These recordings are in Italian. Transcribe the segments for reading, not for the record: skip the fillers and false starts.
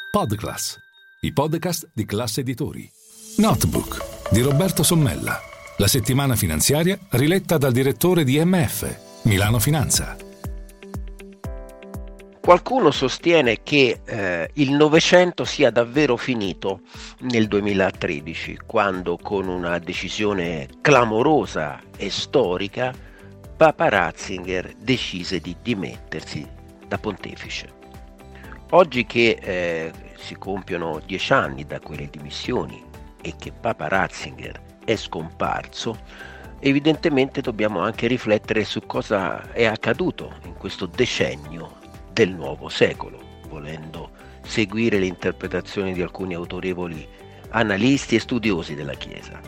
Podclass, i podcast di Classe Editori. Notebook di Roberto Sommella, la settimana finanziaria riletta dal direttore di MF, Milano Finanza. Qualcuno sostiene che il Novecento sia davvero finito nel 2013, quando con una decisione clamorosa e storica Papa Ratzinger decise di dimettersi da pontefice. Oggi che si compiono 10 anni da quelle dimissioni e che Papa Ratzinger è scomparso, evidentemente dobbiamo anche riflettere su cosa è accaduto in questo decennio del nuovo secolo, volendo seguire le interpretazioni di alcuni autorevoli analisti e studiosi della Chiesa.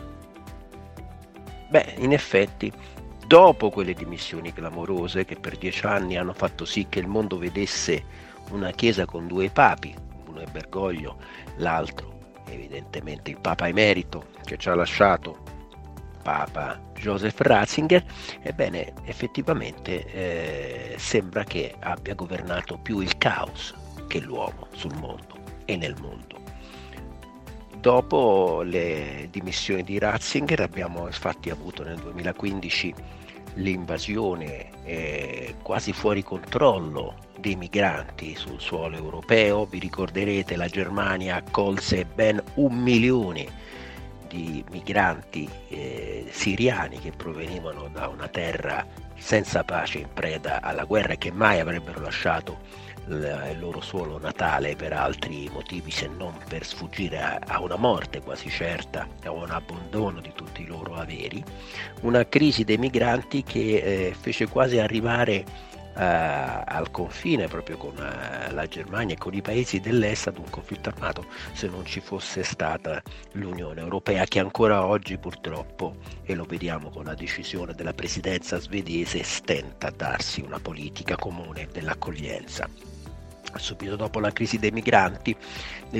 In effetti, dopo quelle dimissioni clamorose che per 10 anni hanno fatto sì che il mondo vedesse una Chiesa con 2 papi, uno è Bergoglio, l'altro evidentemente il Papa emerito che ci ha lasciato, Papa Joseph Ratzinger, ebbene effettivamente sembra che abbia governato più il caos che l'uomo sul mondo e nel mondo. Dopo le dimissioni di Ratzinger abbiamo infatti avuto nel 2015 l'invasione quasi fuori controllo dei migranti sul suolo europeo. Vi ricorderete, la Germania accolse ben 1 milione di migranti siriani che provenivano da una terra senza pace, in preda alla guerra, e che mai avrebbero lasciato il loro suolo natale per altri motivi se non per sfuggire a una morte quasi certa, a un abbandono di tutti i loro averi. Una crisi dei migranti che fece quasi arrivare al confine proprio con la Germania e con i paesi dell'est ad un conflitto armato, se non ci fosse stata l'Unione Europea, che ancora oggi purtroppo, e lo vediamo con la decisione della presidenza svedese, stenta a darsi una politica comune dell'accoglienza. Subito dopo la crisi dei migranti nel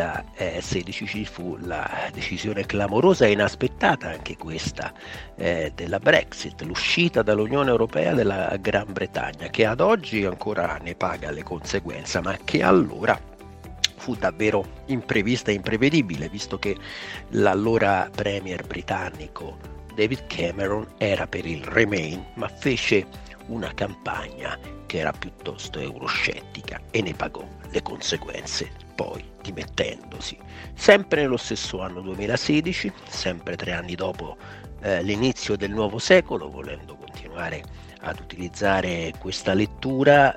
2016 ci fu la decisione clamorosa e inaspettata, anche questa, della Brexit, l'uscita dall'Unione Europea della Gran Bretagna, che ad oggi ancora ne paga le conseguenze, ma che allora fu davvero imprevista e imprevedibile, visto che l'allora premier britannico David Cameron era per il Remain, ma fece una campagna che era piuttosto euroscettica e ne pagò le conseguenze, poi dimettendosi. Sempre nello stesso anno 2016, sempre 3 anni dopo l'inizio del nuovo secolo, volendo continuare ad utilizzare questa lettura,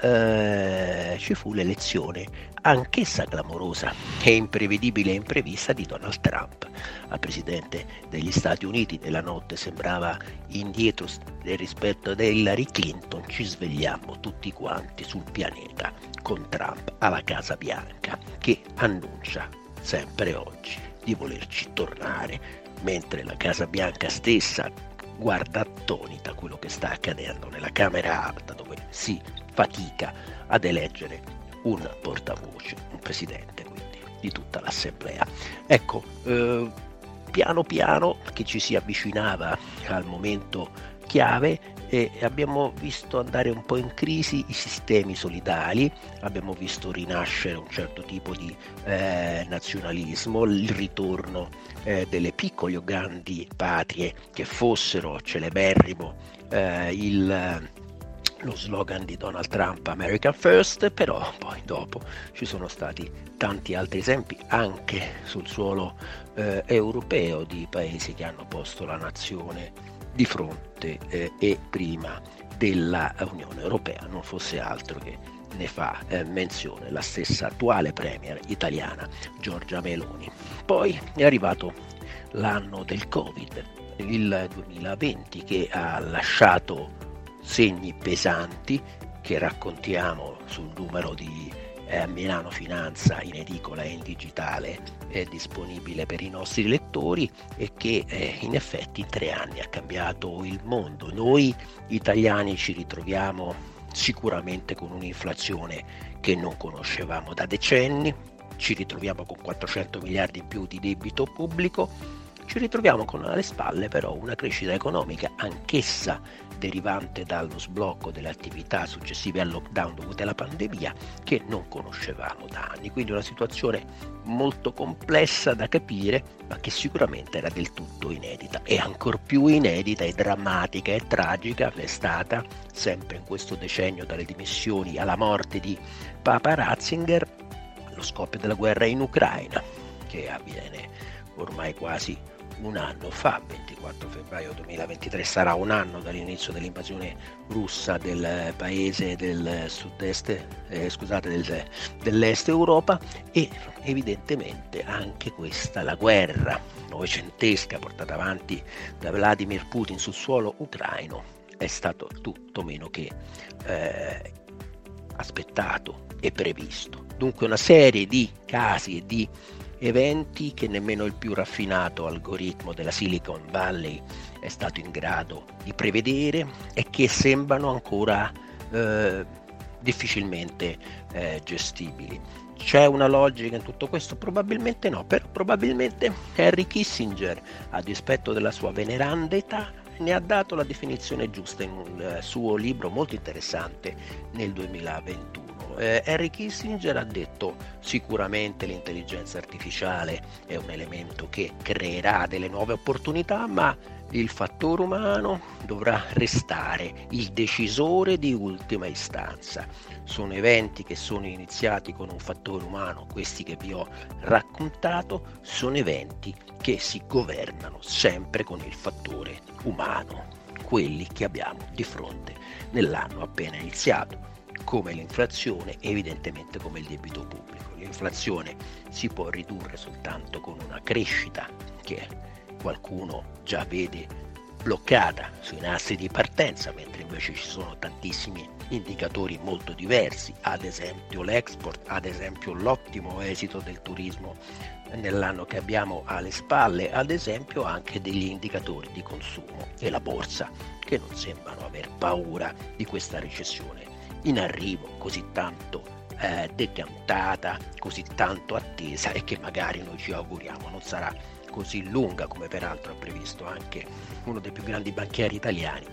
ci fu l'elezione anch'essa clamorosa e imprevedibile e imprevista di Donald Trump a presidente degli Stati Uniti. Nella notte sembrava indietro rispetto a Hillary Clinton. Ci svegliammo tutti quanti sul pianeta con Trump alla Casa Bianca, che annuncia sempre oggi di volerci tornare, mentre la Casa Bianca stessa guarda attonita quello che sta accadendo nella Camera Alta, dove si fatica ad eleggere un portavoce, un presidente quindi di tutta l'assemblea. Ecco, piano piano che ci si avvicinava al momento chiave, e abbiamo visto andare un po' in crisi i sistemi solidali, abbiamo visto rinascere un certo tipo di nazionalismo, il ritorno delle piccole o grandi patrie che fossero celeberrimo lo slogan di Donald Trump, American First. Però poi dopo ci sono stati tanti altri esempi anche sul suolo europeo di paesi che hanno posto la nazione di fronte e prima della Unione Europea, non fosse altro che ne fa menzione la stessa attuale premier italiana Giorgia Meloni. Poi è arrivato l'anno del Covid, il 2020, che ha lasciato segni pesanti che raccontiamo sul numero di Milano Finanza in edicola e in digitale disponibile per i nostri lettori, e che in effetti in 3 anni ha cambiato il mondo. Noi italiani ci ritroviamo sicuramente con un'inflazione che non conoscevamo da decenni, ci ritroviamo con 400 miliardi in più di debito pubblico, Ci ritroviamo con alle spalle però una crescita economica anch'essa derivante dallo sblocco delle attività successive al lockdown dovute alla pandemia che non conoscevamo da anni, quindi una situazione molto complessa da capire, ma che sicuramente era del tutto inedita, e ancor più inedita e drammatica e tragica è stata, sempre in questo decennio dalle dimissioni alla morte di Papa Ratzinger, lo scoppio della guerra in Ucraina, che avviene ormai quasi un anno fa, 24 febbraio 2023, sarà un anno dall'inizio dell'invasione russa del paese del sud-est, dell'est Europa, e evidentemente anche questa, la guerra novecentesca portata avanti da Vladimir Putin sul suolo ucraino, è stato tutto meno che aspettato e previsto. Dunque una serie di casi e di eventi che nemmeno il più raffinato algoritmo della Silicon Valley è stato in grado di prevedere e che sembrano ancora difficilmente gestibili. C'è una logica in tutto questo? Probabilmente no, però probabilmente Henry Kissinger, a dispetto della sua veneranda età, ne ha dato la definizione giusta in un suo libro molto interessante nel 2021. Henry Kissinger ha detto: sicuramente l'intelligenza artificiale è un elemento che creerà delle nuove opportunità, ma il fattore umano dovrà restare il decisore di ultima istanza. Sono eventi che sono iniziati con un fattore umano, questi che vi ho raccontato sono eventi che si governano sempre con il fattore umano, quelli che abbiamo di fronte nell'anno appena iniziato, come l'inflazione, evidentemente come il debito pubblico. L'inflazione si può ridurre soltanto con una crescita che qualcuno già vede bloccata sui nastri di partenza, mentre invece ci sono tantissimi indicatori molto diversi, ad esempio l'export, ad esempio l'ottimo esito del turismo nell'anno che abbiamo alle spalle, ad esempio anche degli indicatori di consumo e la borsa, che non sembrano aver paura di questa recessione in arrivo, così tanto decantata, così tanto attesa, e che magari noi ci auguriamo non sarà così lunga, come peraltro ha previsto anche uno dei più grandi banchieri italiani,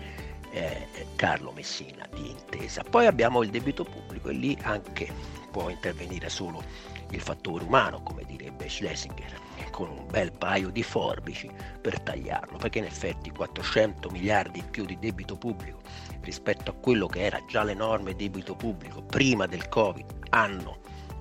Carlo Messina di Intesa. Poi abbiamo il debito pubblico, e lì anche può intervenire solo il fattore umano, come direbbe Schlesinger, con un bel paio di forbici per tagliarlo, perché in effetti 400 miliardi in più di debito pubblico rispetto a quello che era già l'enorme debito pubblico prima del Covid, anno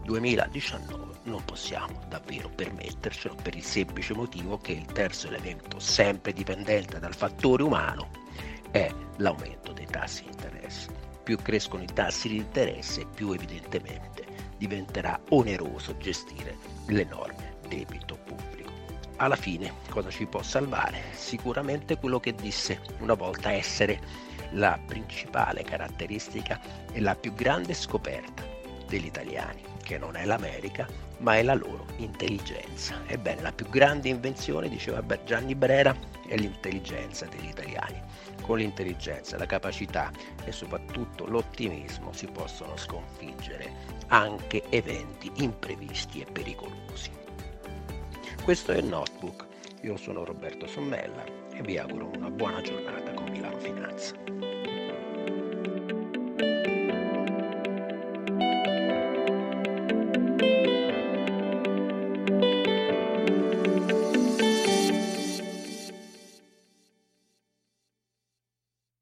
2019, non possiamo davvero permettercelo, per il semplice motivo che il terzo elemento, sempre dipendente dal fattore umano, è l'aumento dei tassi di interesse. Più crescono i tassi di interesse, più evidentemente diventerà oneroso gestire l'enorme debito pubblico. Alla fine cosa ci può salvare? Sicuramente quello che disse una volta essere la principale caratteristica e la più grande scoperta degli italiani, che non è l'America, ma è la loro intelligenza. Ebbene, la più grande invenzione, diceva Gianni Brera, è l'intelligenza degli italiani. Con l'intelligenza, la capacità e soprattutto l'ottimismo si possono sconfiggere anche eventi imprevisti e pericolosi. Questo è il Notebook. Io sono Roberto Sommella e vi auguro una buona giornata con Milano Finanza.